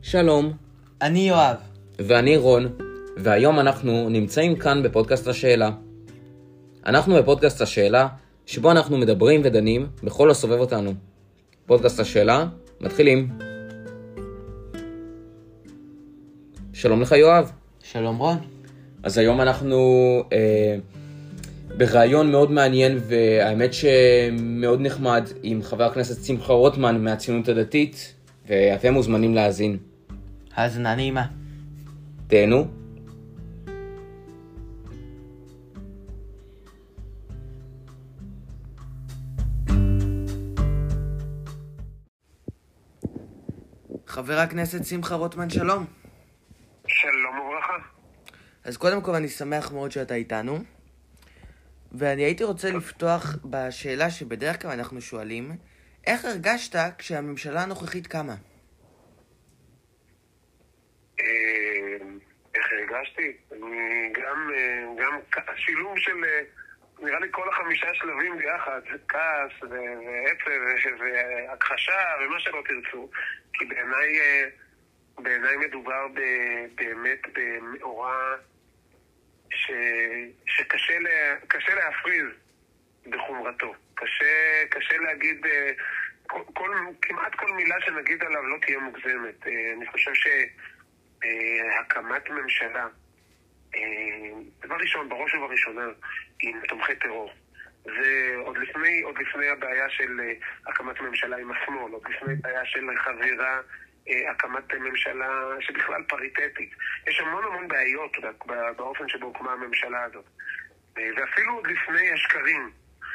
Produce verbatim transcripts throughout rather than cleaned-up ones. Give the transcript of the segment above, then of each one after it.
שלום. אני יואב. ואני רון, והיום אנחנו נמצאים כאן בפודקאסט השאלה. אנחנו בפודקאסט השאלה, שבו אנחנו מדברים ודנים בכל הסובב אותנו. פודקאסט השאלה, מתחילים. שלום לך יואב. שלום רון. אז היום אנחנו אה, ברעיון מאוד מעניין, והאמת שמאוד נחמד, עם חבר הכנסת שמחה רוטמן מהציונות הדתית, ואתם מוזמנים להאזין. האזנה נעימה. תהנו. חבר הכנסת שמחה רוטמן, שלום. שלום וברכה. אז קודם כל אני שמח מאוד שאתה איתנו, ואני הייתי רוצה לפתוח בשאלה שבדרך כלל אנחנו שואלים, איך הרגשת כשהממשלה הנוכחית קמה? איך הרגשתי? אני גם, גם השילוב של, נראה לי כל החמישה שלבים ביחד, כעס ועצב והכחשה ומה שלא תרצו, כי בעיניי, בעיניי מדובר באמת במאורע ש, שקשה לה, קשה להפריז בחומרתו. קשה, קשה להגיד, כל, כל, כמעט כל מילה שנגיד עליו לא תהיה מוגזמת. אני חושב שהקמת ממשלה, דבר ראשון, בראש ובראשונה, עם תומכי טרור. זה עוד לפני, עוד לפני הבעיה של הקמת ממשלה עם השמאל, עוד לפני הבעיה של חבירה, הקמת ממשלה שבכלל פריטטית. יש המון המון בעיות באופן שבו הוקמה הממשלה הזאת. ואפילו עוד לפני השקרים,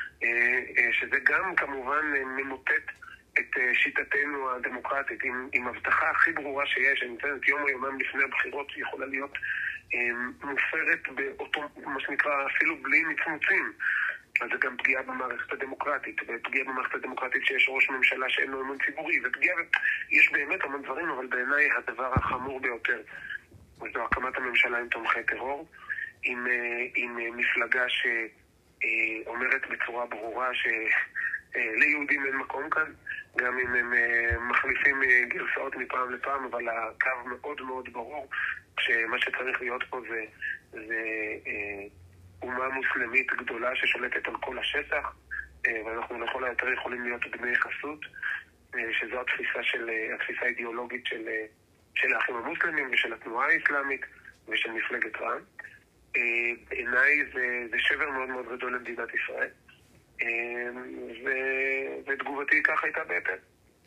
שזה גם כמובן ממוטט את שיטתנו הדמוקרטית, עם, עם הבטחה הכי ברורה שיש, שניתנת יום או יומם לפני הבחירות, יכולה להיות מופרת באותו, מה שנקרא, אפילו בלי מצמוצים. אז זה גם פגיעה במערכת הדמוקרטית, ופגיעה במערכת הדמוקרטית שיש ראש ממשלה שאין לו אמון ציבורי, ופגיעה, יש באמת המון דברים, אבל בעיניי הדבר החמור ביותר, זו הקמת הממשלה עם תומכי טרור, עם, עם מפלגה שאומרת בצורה ברורה שליהודים אין מקום כאן, גם אם הם מחליפים גרסאות מפעם לפעם, אבל הקו מאוד מאוד ברור, שמה שצריך להיות פה זה, זה אומה מוסלמית גדולה ששולטת על כל השטח, ואנחנו לכל היותר יכולים להיות בני חסות, שזו התפיסה של, התפיסה האידיאולוגית של, של האחים המוסלמים ושל התנועה האסלאמית ושל מפלגת רע"מ. בעיניי זה, זה שבר מאוד מאוד גדול למדינת ישראל, ו, ותגובתי כך הייתה בהתאם.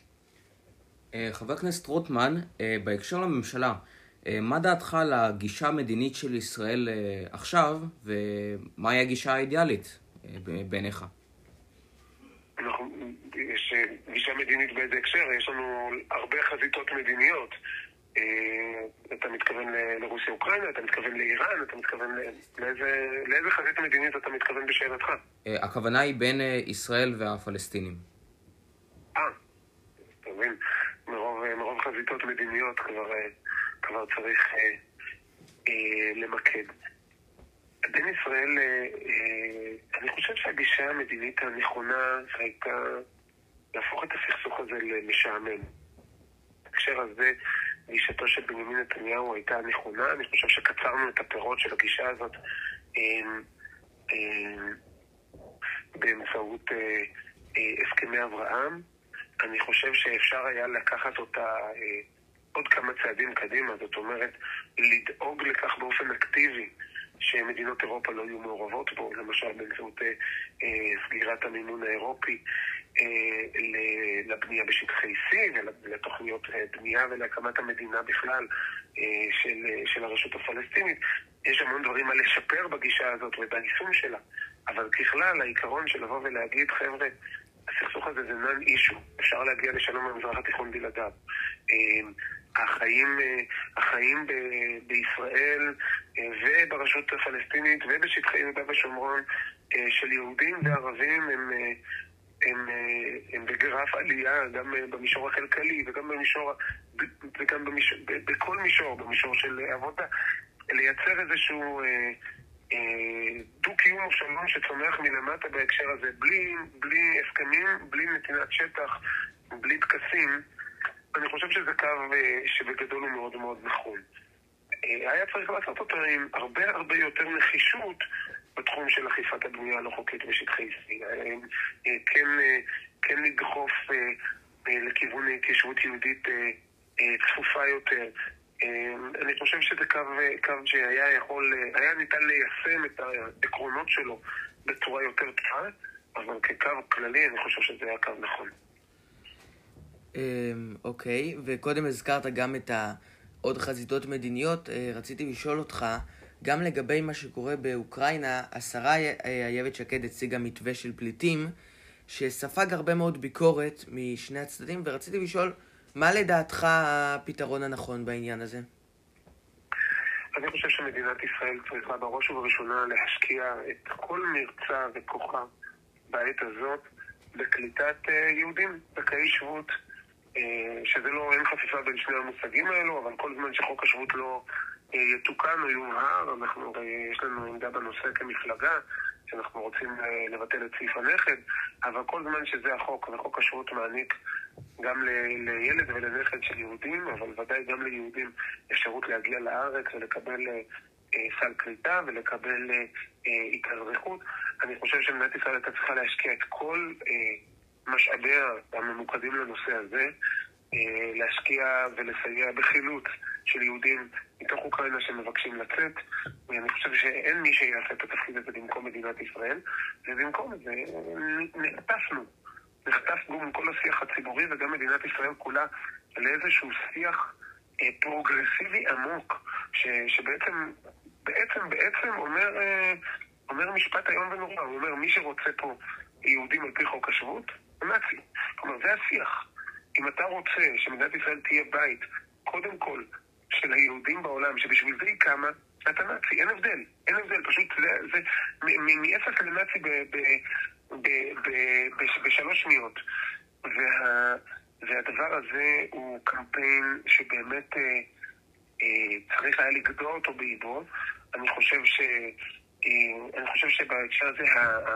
חבר הכנסת רוטמן, בהקשר לממשלה, מה דעתך על הגישה המדינית של ישראל עכשיו, ומהי הגישה האידיאלית בעיניך? אנחנו, יש גישה מדינית באיזה הקשר, יש לנו הרבה חזיתות מדיניות. אתה מתכוון לרוסיה אוקראינה, אתה מתכוון לאיראן, אתה מתכוון לאיזה, לאיזה חזית מדינית אתה מתכוון בשאלתך? הכוונה היא בין ישראל והפלסטינים. אה, אתה מבין, מרוב, מרוב חזיתות מדיניות כבר, כבר צריך אה, אה, למקד. בין ישראל, אה, אה, אני חושב שהגישה המדינית הנכונה הייתה להפוך את הסכסוך הזה למשעמם. בהקשר הזה, גישתו של בנימין נתניהו הייתה נכונה. אני חושב שקצרנו את הפירות של הגישה הזאת אה, אה, באמצעות אה, אה, הסכמי אברהם. אני חושב שאפשר היה לקחת אותה אה, עוד כמה צעדים קדימה, זאת אומרת, לדאוג לכך באופן אקטיבי שמדינות אירופה לא יהיו מעורבות בו, למשל באמצעות אה, סגירת המימון האירופי אה, לבנייה בשטחי C ולתוכניות אה, בנייה ולהקמת המדינה בכלל אה, של, של הרשות הפלסטינית. יש המון דברים מה לשפר בגישה הזאת וביישום שלה, אבל ככלל העיקרון של לבוא ולהגיד, חבר'ה, הסכסוך הזה זה נון אישו, אפשר להגיע לשלום במזרח התיכון בלעדיו. החיים, החיים ב- בישראל וברשות הפלסטינית ובשטחי יהודה ושומרון של יהודים וערבים הם, הם, הם בגרף עלייה, גם במישור הכלכלי וגם במישור, וגם במישור, בכל מישור, במישור של עבודה, לייצר איזשהו דו-קיום או שלום שצומח מלמטה בהקשר הזה, בלי, בלי הסכמים, בלי נתינת שטח, בלי תקסים. אני חושב שזה קו שבגדול הוא מאוד מאוד נכון. היה צריך לעשות אותו עם הרבה הרבה יותר נחישות בתחום של אכיפת הבנייה הלא חוקית בשטחי C. כן, כן לדחוף לכיוון התיישבות יהודית צפופה יותר. אני חושב שזה קו, קו שהיה יכול, היה ניתן ליישם את העקרונות שלו בצורה יותר טובה, אבל כקו כללי אני חושב שזה היה קו נכון. אוקיי, וקודם הזכרת גם את עוד חזיתות מדיניות. רציתי לשאול אותך, גם לגבי מה שקורה באוקראינה, השרה איילת שקד הציגה מתווה של פליטים, שספג הרבה מאוד ביקורת משני הצדדים, ורציתי לשאול, מה לדעתך הפתרון הנכון בעניין הזה? אני חושב שמדינת ישראל צריכה בראש ובראשונה להשקיע את כל מרצה וכוחה בעת הזאת בקליטת יהודים, זכאי שבות, שזה לא, אין חפיפה בין שני המושגים האלו, אבל כל זמן שחוק השבות לא יתוקן או יובהר, אנחנו, יש לנו עמדה בנושא כמפלגה, שאנחנו רוצים לבטל את סעיף הנכד, אבל כל זמן שזה החוק, וחוק השבות מעניק גם ל- לילד ולנכד של יהודים, אבל ודאי גם ליהודים אפשרות להגיע לארץ ולקבל אה, סל קליטה ולקבל אה, התאזרחות. אני חושב שמדינת ישראל הייתה צריכה להשקיע את כל אה, משאביה הממוקדים לנושא הזה, אה, להשקיע ולסייע בחילוץ של יהודים מתוך אוקראינה שמבקשים לצאת, ואני חושב שאין מי שיעשה את התפקיד הזה במקום מדינת ישראל, ובמקום זה נחטפנו. נחטף גם כל השיח הציבורי וגם מדינת ישראל כולה לאיזשהו שיח אה, פרוגרסיבי עמוק, ש, שבעצם בעצם, בעצם אומר, אה, אומר משפט היום ונורא. הוא אומר, מי שרוצה פה יהודים על פי חוק השבות, הוא נאצי. כלומר, זה השיח. אם אתה רוצה שמדינת ישראל תהיה בית, קודם כל, של היהודים בעולם, שבשביל זה היא קמה, אתה נאצי, אין הבדל. אין הבדל, פשוט זה, זה מאפס לנאצי ב... ב בשלוש שניות. וה, והדבר הזה הוא קמפיין שבאמת אה, אה, צריך היה לגדוע אותו באיבו. אני חושב ש אה, אני חושב שבהקשר הזה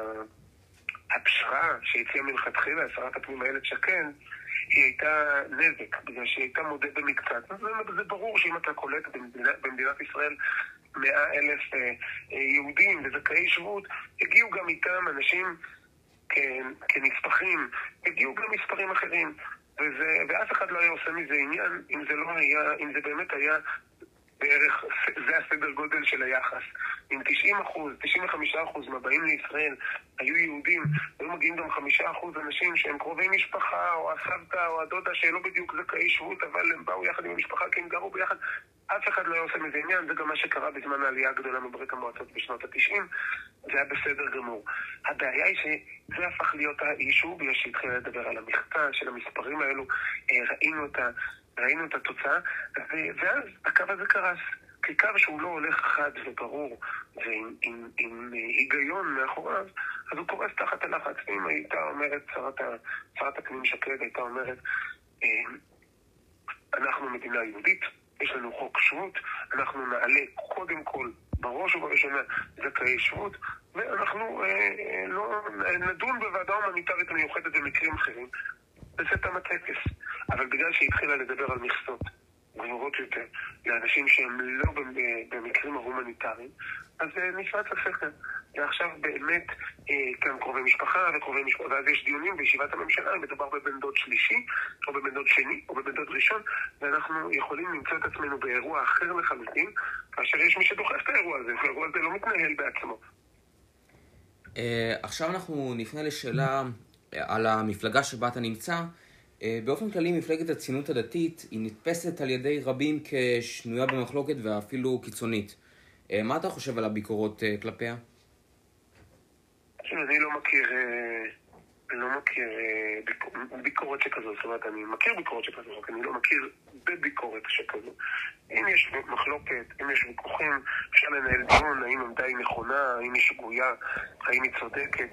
הפשרה שהציעה מלכתחילה שרת הפנים איילת שקד היא הייתה נזק, בגלל שהיא הייתה מודד במקצת. זה, זה ברור שאם אתה קולט במדינה, במדינת ישראל מאה אלף אה, אה, יהודים וזכאי שבות, הגיעו גם איתם אנשים כנספחים, הגיעו גם מספרים אחרים, וזה, ואף אחד לא היה עושה מזה עניין אם זה לא היה, אם זה באמת היה בערך, זה הסדר גודל של היחס. אם תשעים אחוז, תשעים וחמישה אחוז מהבאים לישראל היו יהודים, היו מגיעים גם חמישה אחוז אנשים שהם קרובי משפחה, או הסבתא או הדודה שלא בדיוק זכאי שבות, אבל הם באו יחד עם המשפחה כי הם גרו ביחד. אף אחד לא עושה מזה עניין, זה גם מה שקרה בזמן העלייה הגדולה מברית המועצות בשנות ה-תשעים, זה היה בסדר גמור. הבעיה היא שזה הפך להיות האישו, בגלל שהתחיל לדבר על המכתה של המספרים האלו, ראינו את, ה, ראינו את התוצאה, ואז הקו הזה קרס. כי קו שהוא לא הולך חד וברור, ועם עם, עם היגיון מאחוריו, אז הוא קורס תחת הלחץ. אם הייתה אומרת, שרת, שרת הפנים שקד הייתה אומרת, אנחנו מדינה יהודית, יש לנו חוק שבות, אנחנו נעלה קודם כל בראש ובראשונה זכאי שבות, ואנחנו אה, לא נדון בוועדה הומניטרית המיוחדת במקרים אחרים. וזה תם הטקס. אבל בגלל שהתחילה לדבר על מכסות גבוהות יותר לאנשים שהם לא במקרים ההומניטריים, אז נפרץ הסכר. ועכשיו באמת כאן קרובי משפחה וקרובי משפחה, ואז יש דיונים בישיבת הממשלה, אם מדובר בבן דוד שלישי, או בבן דוד שני, או בבן דוד ראשון, ואנחנו יכולים למצוא את עצמנו באירוע אחר לחלוטין, כאשר יש מי שדוחף את האירוע הזה, והאירוע הזה לא מתנהל בעצמו. עכשיו אנחנו נפנה לשאלה על המפלגה שבה אתה נמצא. באופן כללי מפלגת הציונות הדתית היא נתפסת על ידי רבים כשנויה במחלוקת ואפילו קיצונית. מה אתה חושב על הביקורות כלפיה? אני לא מכיר, אני לא מכיר ביקורת שכזו, זאת אומרת, אני מכיר ביקורת שכזו, רק אני לא מכיר בביקורת שכזו. אם יש מחלוקת, אם יש ויכוחים, אפשר לנהל דיון, האם עמדה היא נכונה, האם היא שגויה, האם היא צודקת.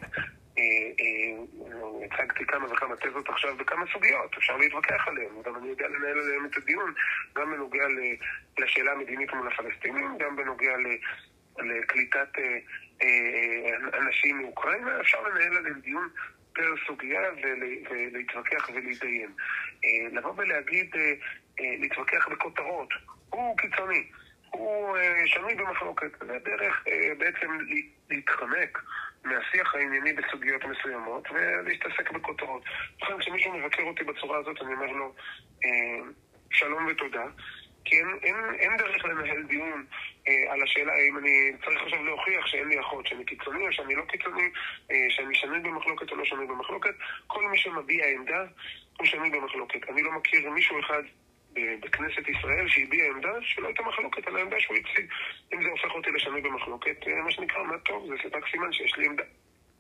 הצגתי כמה וכמה תזות עכשיו בכמה סוגיות, אפשר להתווכח עליהן, גם אני יודע לנהל עליהן את הדיון, גם בנוגע לשאלה המדינית מול הפלסטינים, גם בנוגע לקליטת אנשים מאוקראינה, אפשר לנהל עליהם דיון פר סוגיה ולהתווכח ולהתדיין. לבוא ולהגיד, להתווכח בכותרות, הוא קיצוני, הוא שנוי במחלוקת. זה דרך בעצם להתחמק מהשיח הענייני בסוגיות מסוימות ולהשתעסק בכותרות. לכן כשמישהו מבקר אותי בצורה הזאת, אני אומר לו שלום ותודה, כי אין, אין, אין דרך לנהל דיון אה, על השאלה האם אני צריך עכשיו להוכיח שאין לי אחות, שאני קיצוני או שאני לא קיצוני, אה, שאני שנוי במחלוקת או לא שנוי במחלוקת. כל מי שמביע עמדה הוא שנוי במחלוקת. אני לא מכיר מישהו אחד בכנסת ישראל שהביע עמדה שלא הייתה מחלוקת על העמדה שהוא הציג. אם זה הופך אותי לשנוי במחלוקת, מה שנקרא, מה טוב, זה ספק סימן שיש לי עמדה.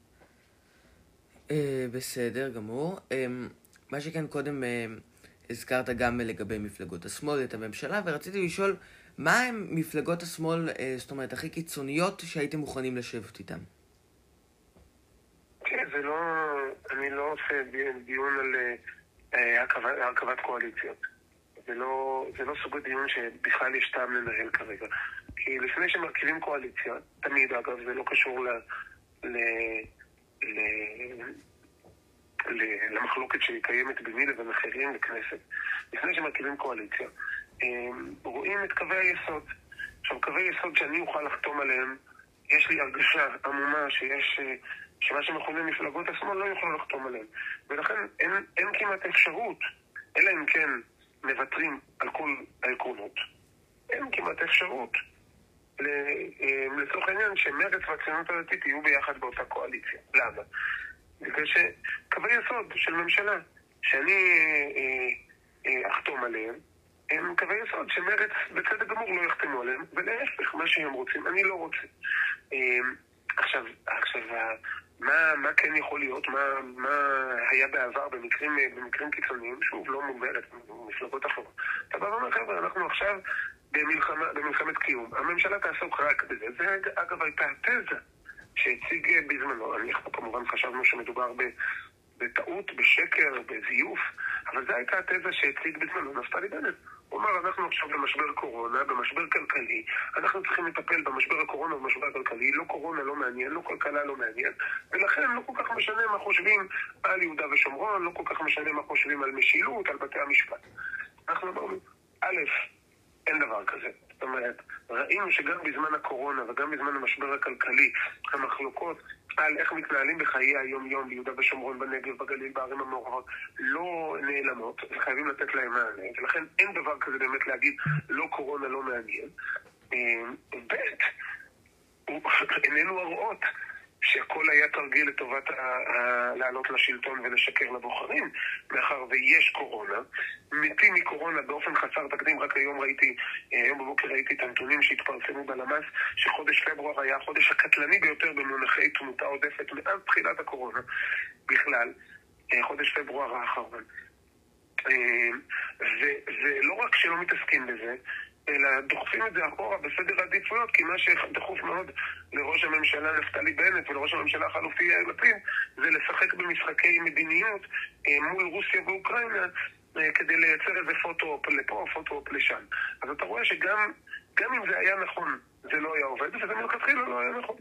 בסדר, גמור. מה שכן קודם הזכרת גם לגבי מפלגות השמאל, את הממשלה, ורציתי לשאול, מה הם מפלגות השמאל, זאת אומרת, הכי קיצוניות שהייתם מוכנים לשבת איתם? כן, זה לא, אני לא עושה דיון על הרכבת קואליציות. זה לא, זה לא סוג הדיון שבכלל יש טעם לנהל כרגע. כי לפני שמרכיבים קואליציה, תמיד אגב, זה לא קשור ל, ל, ל, ל, למחלוקת שקיימת ביני לבין אחרים בכנסת. לפני שמרכיבים קואליציה, רואים את קווי היסוד. עכשיו, קווי יסוד שאני אוכל לחתום עליהם, יש לי הרגשה עמומה שיש, שמה שמכונה מפלגות השמאל לא יוכלו לחתום עליהם. ולכן אין, אין כמעט אפשרות, אלא אם כן מבטרים על כל העקרונות. אין כמעט אפשרות לצורך העניין שמרץ והציונות הדתית יהיו ביחד באותה קואליציה. למה? בגלל שקווי יסוד של ממשלה שאני אחתום עליהם, הם קווי יסוד שמרץ בצדק גמור לא יחתמו עליהם, ולהפך, מה שהם רוצים, אני לא רוצה. עכשיו, עכשיו, מה, מה כן יכול להיות, מה, מה היה בעבר במקרים, במקרים קיצוניים, שוב, לא מוגבלת, מפלגות אחרות. אתה בא ואומר, חבר'ה, אנחנו עכשיו במלחמה, במלחמת קיום. הממשלה תעסוק רק בזה. זה, אגב, הייתה התזה שהציג בזמנו. אנחנו כמובן חשבנו שמדובר ב, בטעות, בשקר, בזיוף, אבל זו הייתה התזה שהציג בזמנו נפתלי בנט. הוא אמר, אנחנו עכשיו במשבר קורונה, במשבר כלכלי, אנחנו צריכים לטפל במשבר הקורונה ובמשבר הכלכלי, לא קורונה לא מעניין, לא כלכלה לא מעניין, ולכן לא כל כך משנה מה חושבים על יהודה ושומרון, לא כל כך משנה מה חושבים על משילות, על בתי המשפט. אנחנו אמרנו, א', אין דבר כזה. זאת אומרת, ראינו שגם בזמן הקורונה וגם בזמן המשבר הכלכלי, המחלוקות על איך מתנהלים בחיי היום-יום ביהודה ושומרון, בנגב, בגליל, בערים המעורבות, לא נעלמות, וחייבים לתת להם מענה. ולכן אין דבר כזה באמת להגיד, לא קורונה, לא מעניין. ב', איננו הרואות שהכל היה תרגיל לטובת לעלות לשלטון ולשקר לבוחרים, מאחר ויש קורונה, מתים מקורונה באופן חסר תקדים. רק היום ראיתי, היום בבוקר ראיתי את הנתונים שהתפרסמו בלמ"ס, שחודש פברואר היה החודש הקטלני ביותר במונחי תמותה עודפת מאז תחילת הקורונה בכלל, חודש פברואר האחרון. ולא רק שלא מתעסקים בזה, אלא דוחפים את זה אחורה בסדר העדיפויות, כי מה שדחוף מאוד לראש הממשלה נפתלי בנט ולראש הממשלה החלופי יאיר לפיד זה לשחק במשחקי מדיניות מול רוסיה ואוקראינה כדי לייצר איזה פוטו-אופ לפה, פוטו-אופ לשם. אז אתה רואה שגם גם אם זה היה נכון, זה לא היה עובד, וזה מלכתחילה לא היה נכון.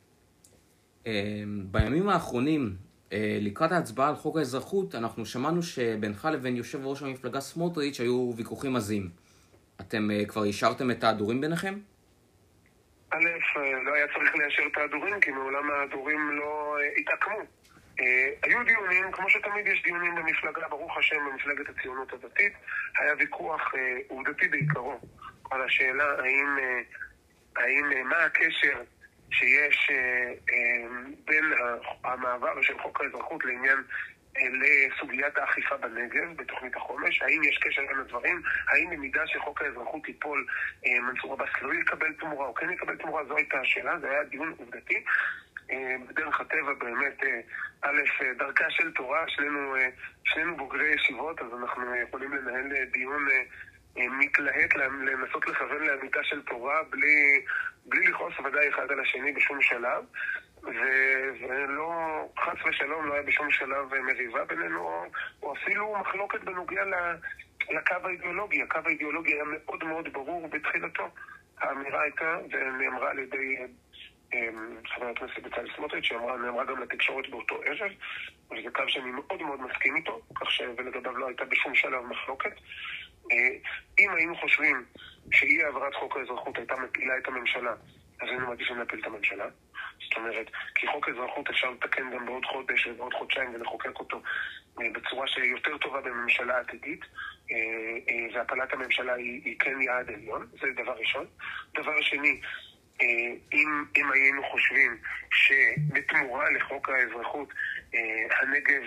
בימים האחרונים, לקראת ההצבעה על חוק האזרחות, אנחנו שמענו שבינך לבין יושב ראש המפלגה סמוטריץ' היו ויכוחים עזים. אתם כבר אישרתם את ההדורים ביניכם? א', לא היה צריך לאשר את ההדורים, כי מעולם ההדורים לא התעקמו. היו דיונים, כמו שתמיד יש דיונים במפלגה, ברוך השם, במפלגת הציונות הדתית, היה ויכוח עובדתי בעיקרו על השאלה האם, האם מה הקשר שיש בין המעבר של חוק האזרחות לעניין לסוגיית האכיפה בנגב בתוכנית החומש, האם יש קשר בין הדברים, האם במידה שחוק האזרחות ייפול מנסור עבאס לא יקבל תמורה או כן יקבל תמורה, זו הייתה השאלה, זה היה דיון עובדתי. בדרך הטבע באמת, א', דרכה של תורה, שנינו, שנינו בוגרי ישיבות, אז אנחנו יכולים לנהל דיון מתלהט, לנסות לכוון לאמיתה של תורה בלי, בלי לכעוס ודאי אחד על השני בשום שלב, ולא, חס ושלום, לא היה בשום שלב מריבה בינינו, או, או אפילו מחלוקת בנוגע לקו האידיאולוגי. הקו האידיאולוגי היה מאוד מאוד ברור בתחילתו. האמירה הייתה, ונאמרה על ידי חבר הכנסת בצלאל סמוטריץ', שנאמרה גם לתקשורת באותו ערב, וזה קו שאני מאוד מאוד מסכים איתו, כך שלגביו לא הייתה בשום שלב מחלוקת. אם היינו חושבים שאי העברת חוק האזרחות הייתה מפילה את הממשלה, אז היינו מעדיפים להפיל את הממשלה. זאת אומרת, כי חוק האזרחות אפשר לתקן גם בעוד חודש ובעוד חודשיים ולחוקק אותו בצורה שיותר טובה בממשלה עתידית, והפלת הממשלה היא, היא כן יעד עליון, זה דבר ראשון. דבר שני, אם, אם היינו חושבים שבתמורה לחוק האזרחות הנגב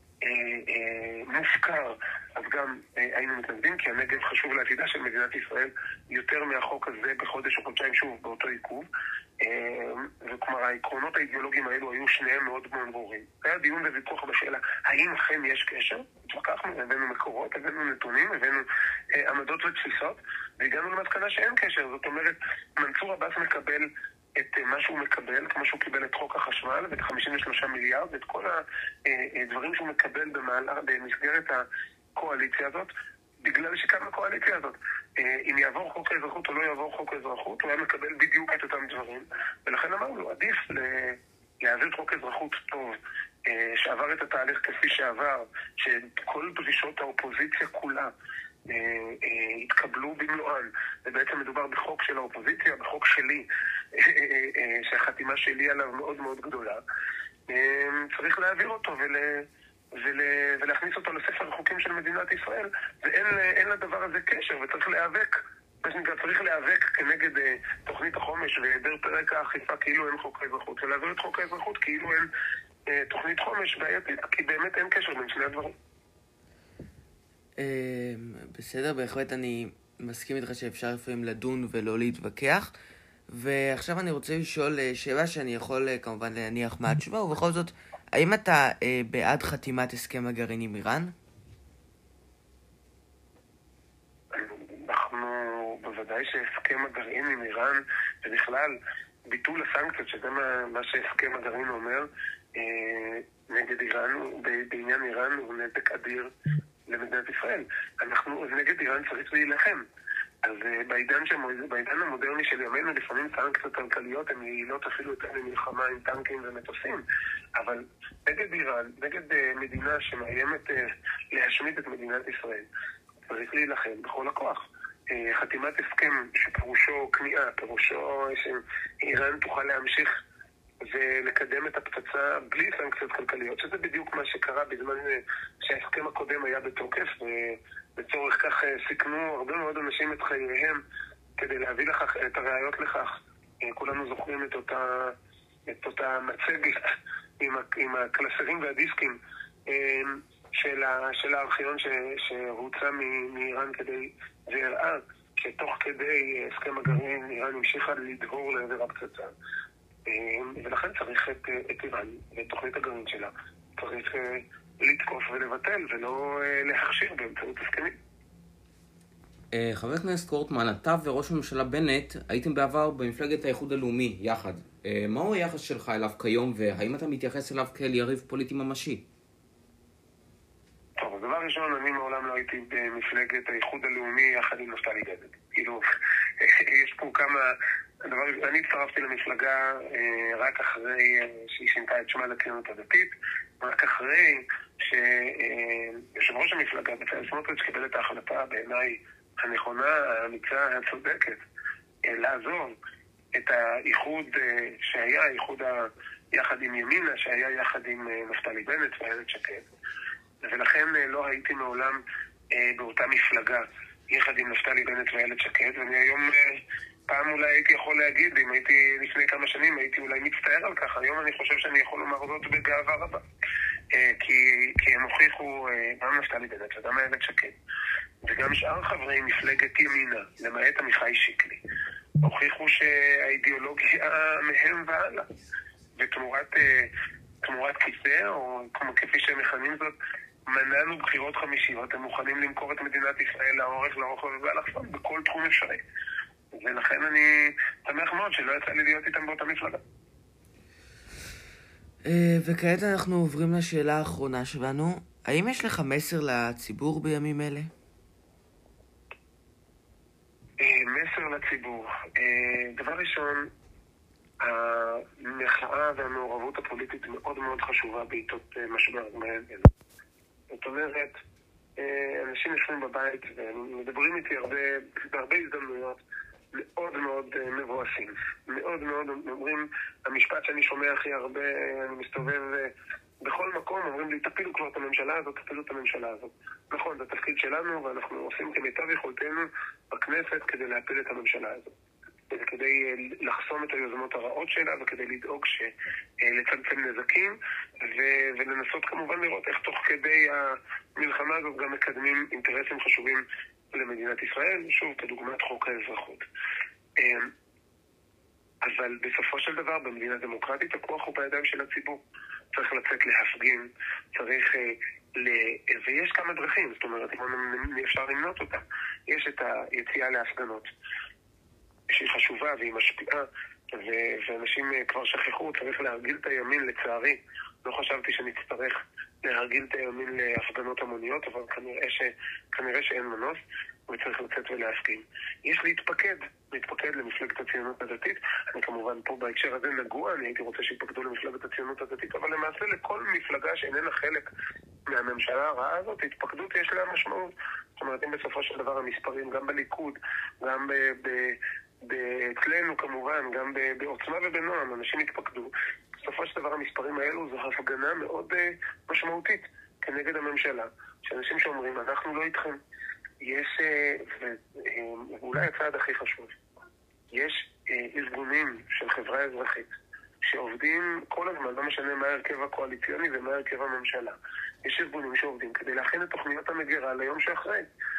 מופקר, אז גם היינו מתנגדים, כי הנגב חשוב לעתידה של מדינת ישראל יותר מהחוק הזה בחודש או חודשיים שוב באותו עיכוב. וכלומר, העקרונות האידיאולוגיים האלו היו שניהם מאוד מאוד ברורים. היה דיון וויכוח בשאלה האם אכן יש קשר. התווכחנו, הבאנו מקורות, הבאנו נתונים, הבאנו אה, עמדות ותפיסות, והגענו למסקנה שאין קשר. זאת אומרת, מנסור עבאס מקבל את אה, מה שהוא מקבל, כמו שהוא קיבל את חוק החשמל ואת חמישים ושלושה מיליארד, ואת כל הדברים שהוא מקבל במעלה, במסגרת הקואליציה הזאת, בגלל שקם הקואליציה הזאת. אם יעבור חוק האזרחות או לא יעבור חוק האזרחות, הוא היה מקבל בדיוק את אותם דברים. ולכן אמרנו, עדיף להעביר חוק אזרחות טוב, שעבר את התהליך כפי שעבר, שכל דרישות האופוזיציה כולה התקבלו במלואן. ובעצם מדובר בחוק של האופוזיציה, בחוק שלי, שהחתימה שלי עליו מאוד מאוד גדולה. צריך להעביר אותו ול... ול... ולהכניס אותו לספר החוקים של מדינת ישראל, ואין לדבר הזה קשר, וצריך להיאבק, מה שנקרא, צריך להיאבק כנגד אה, תוכנית החומש והיעדר פרק האכיפה כאילו אין חוק האזרחות, ולהעביר את חוק האזרחות כאילו אין אה, תוכנית חומש בעייתית, כי באמת אין קשר בין שני הדברים. אה, בסדר, בהחלט אני מסכים איתך שאפשר לפעמים לדון ולא להתווכח, ועכשיו אני רוצה לשאול שאלה שאני יכול כמובן להניח מה התשובה, ובכל זאת, האם אתה אה, בעד חתימת הסכם הגרעין עם איראן? אנחנו בוודאי שהסכם הגרעין עם איראן, ובכלל ביטול הסנקציות, שזה מה, מה שהסכם הגרעין אומר, אה, נגד איראן, בעניין איראן הוא נזק אדיר למדינת ישראל. אנחנו נגד איראן צריך להילחם. אז בעידן, שמוד... בעידן המודרני של ימינו, לפעמים סנקציות כלכליות הן יעילות אפילו יותר למלחמה עם טנקים ומטוסים. אבל נגד איראן, נגד uh, מדינה שמאיימת uh, להשמיד את מדינת ישראל, צריך להילחם בכל הכוח. Uh, חתימת הסכם שפירושו כניעה, פירושו שאיראן תוכל להמשיך ולקדם את הפצצה בלי סנקציות כלכליות, שזה בדיוק מה שקרה בזמן שההסכם הקודם היה בתוקף, ובצורך כך סיכנו הרבה מאוד אנשים את חייהם כדי להביא לכך, את הראיות לכך. כולנו זוכרים את אותה, את אותה מצגת עם, עם הקלסרים והדיסקים של, ה, של הארכיון ש, שהוצא מאיראן כדי, זה הראה שתוך כדי הסכם הגרעין איראן המשיכה לדהור לעבר הפצצה. ולכן צריך את, את איראן ואת תוכנית הגרעין שלה. צריך לתקוף ולבטל ולא להכשיר באמצעות הסכמים. חבר הכנסת קורטמן, אתה וראש הממשלה בנט הייתם בעבר במפלגת האיחוד הלאומי יחד. מהו היחס שלך אליו כיום, והאם אתה מתייחס אליו כאל יריב פוליטי ממשי? טוב, דבר ראשון, אני מעולם לא הייתי במפלגת האיחוד הלאומי יחד עם נפתלי בנט. כאילו, יש פה כמה... הדבר, אני הצטרפתי למפלגה אה, רק אחרי אה, שהיא שינתה את שמה לציונות הדתית, רק אחרי שיושב ראש המפלגה בצלאל סמוטריץ' קיבל את ההחלטה בעיניי הנכונה, האמיצה, הצודקת, אה, לעזוב את האיחוד אה, שהיה, האיחוד ה... יחד עם ימינה, שהיה יחד עם אה, נפתלי בנט ואיילת שקד. ולכן אה, לא הייתי מעולם אה, באותה מפלגה יחד עם נפתלי בנט ואיילת שקד, ואני היום... אה, פעם אולי הייתי יכול להגיד, אם הייתי לפני כמה שנים, הייתי אולי מצטער על כך. היום אני חושב שאני יכול לומר זאת בגאווה רבה. כי, כי הם הוכיחו, גם נפתלי בנט וגם איילת שקד, וגם שאר חברי מפלגת ימינה, למעט עמיחי שיקלי, הוכיחו שהאידיאולוגיה מהם והלאה. ותמורת תמורת כיסא, או כמו כפי שהם מכנים זאת, מנענו בחירות חמישיות, הם מוכנים למכור את מדינת ישראל לאורך, לאורך ולאלכסון, בכל תחום אפשרי. ולכן אני שמח מאוד שלא יצא לי להיות איתם באותה מפלגה. וכעת אנחנו עוברים לשאלה האחרונה שלנו. האם יש לך מסר לציבור בימים אלה? מסר לציבור. דבר ראשון, המחאה והמעורבות הפוליטית מאוד מאוד חשובה בעיתות משבר מעין אלו. זאת אומרת, אנשים יושבים בבית ומדברים איתי הרבה, בהרבה הזדמנויות מאוד מאוד מבואסים. מאוד מאוד אומרים, המשפט שאני שומע הכי הרבה, אני מסתובב בכל מקום, אומרים לי, תפילו כבר את הממשלה הזאת, תפילו את הממשלה הזאת. נכון, זה התפקיד שלנו, ואנחנו עושים כמיטב יכולתנו בכנסת כדי להפיל את הממשלה הזאת. כדי לחסום את היוזמות הרעות שלה, וכדי לדאוג לצמצם נזקים, ו- ולנסות כמובן לראות איך תוך כדי המלחמה הזאת גם מקדמים אינטרסים חשובים למדינת ישראל, שוב, כדוגמת חוק האזרחות. אבל בסופו של דבר, במדינה דמוקרטית, הכוח הוא בידיים של הציבור. צריך לצאת להפגין, צריך ל... ויש כמה דרכים, זאת אומרת, אם אפשר למנות אותה. יש את היציאה להפגנות, שהיא חשובה והיא משפיעה, ו- ואנשים כבר שכחו, צריך להרגיל את הימין, לצערי. לא חשבתי שנצטרך להרגיל את הימין להפגנות המוניות, אבל כנראה, ש- כנראה שאין מנוס, וצריך לצאת ולהפגין. יש להתפקד, להתפקד למפלגת הציונות הדתית. אני כמובן פה בהקשר הזה נגוע, אני הייתי רוצה שיפקדו למפלגת הציונות הדתית, אבל למעשה לכל מפלגה שאיננה חלק מהממשלה הרעה הזאת, התפקדות יש לה משמעות. זאת אומרת, אם בסופו של דבר המספרים, גם בליכוד, גם ב... ב- אצלנו כמובן, גם בעוצמה ובנועם, אנשים התפקדו. בסופו של דבר המספרים האלו זו הפגנה מאוד משמעותית כנגד הממשלה, שאנשים שאומרים, אנחנו לא איתכם. יש, ואולי הצעד הכי חשוב, יש ארגונים של חברה אזרחית שעובדים כל הזמן, לא משנה מה הרכב הקואליציוני ומה הרכב הממשלה. יש ארגונים שעובדים כדי להכין את תוכניות המגירה ליום שאחרי.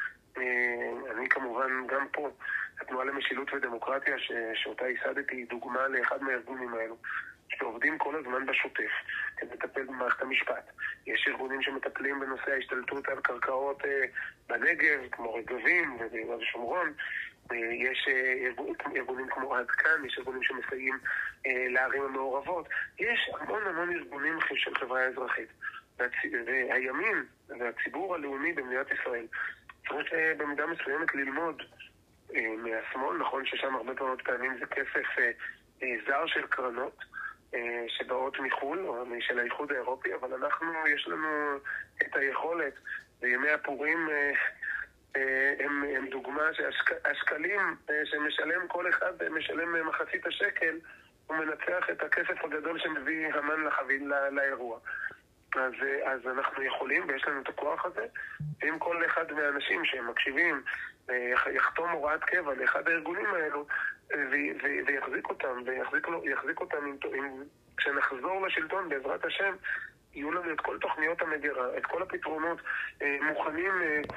אני כמובן גם פה, התנועה למשילות ודמוקרטיה ש... שאותה ייסדתי היא דוגמה לאחד מהארגונים האלו שעובדים כל הזמן בשוטף כדי לטפל במערכת המשפט. יש ארגונים שמטפלים בנושא ההשתלטות על קרקעות אה, בנגב, כמו רגבים וביהודה ושומרון. אה, יש אה, ארגונים, ארגונים כמו עד כאן, יש ארגונים שמסייעים אה, לערים המעורבות. יש המון המון ארגונים של חברה אזרחית. והצ... והימין והציבור הלאומי במדינת ישראל צריך אה, במידה מסוימת ללמוד מהשמאל. נכון ששם הרבה פעמים פעמים זה כסף אה, אה, זר של קרנות אה, שבאות מחול או של האיחוד האירופי, אבל אנחנו, יש לנו את היכולת, וימי הפורים אה, אה, הם, הם דוגמה שהשקלים אה, שמשלם כל אחד, משלם מחצית השקל, הוא מנצח את הכסף הגדול שמביא המן לחביל לא, לאירוע. אז, אז אנחנו יכולים, ויש לנו את הכוח הזה, ואם כל אחד מהאנשים שהם מקשיבים יחתום הוראת קבע לאחד הארגונים האלו ויחזיק אותם, ויחזיק אותם כשנחזור לשלטון בעזרת השם, יהיו לנו את כל תוכניות המגירה, את כל הפתרונות מוכנים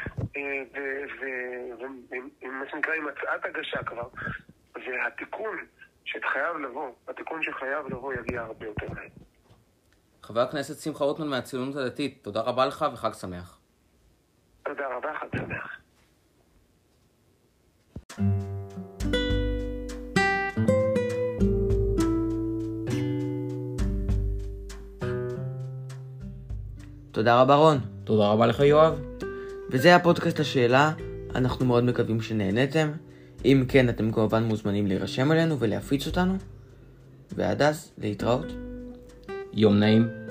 ומה שנקרא עם הצעת הגשה כבר, והתיקון שחייב לבוא, התיקון שחייב לבוא יגיע הרבה יותר מהר. חבר הכנסת שמחה רוטמן מהציונות הדתית, תודה רבה לך וחג שמח. תודה רבה, חג שמח. תודה רבה רון. תודה רבה לך יואב. וזה הפודקאסט השאלה, אנחנו מאוד מקווים שנהנתם. אם כן, אתם כמובן מוזמנים להירשם עלינו ולהפיץ אותנו. ועד אז, להתראות. יום נעים.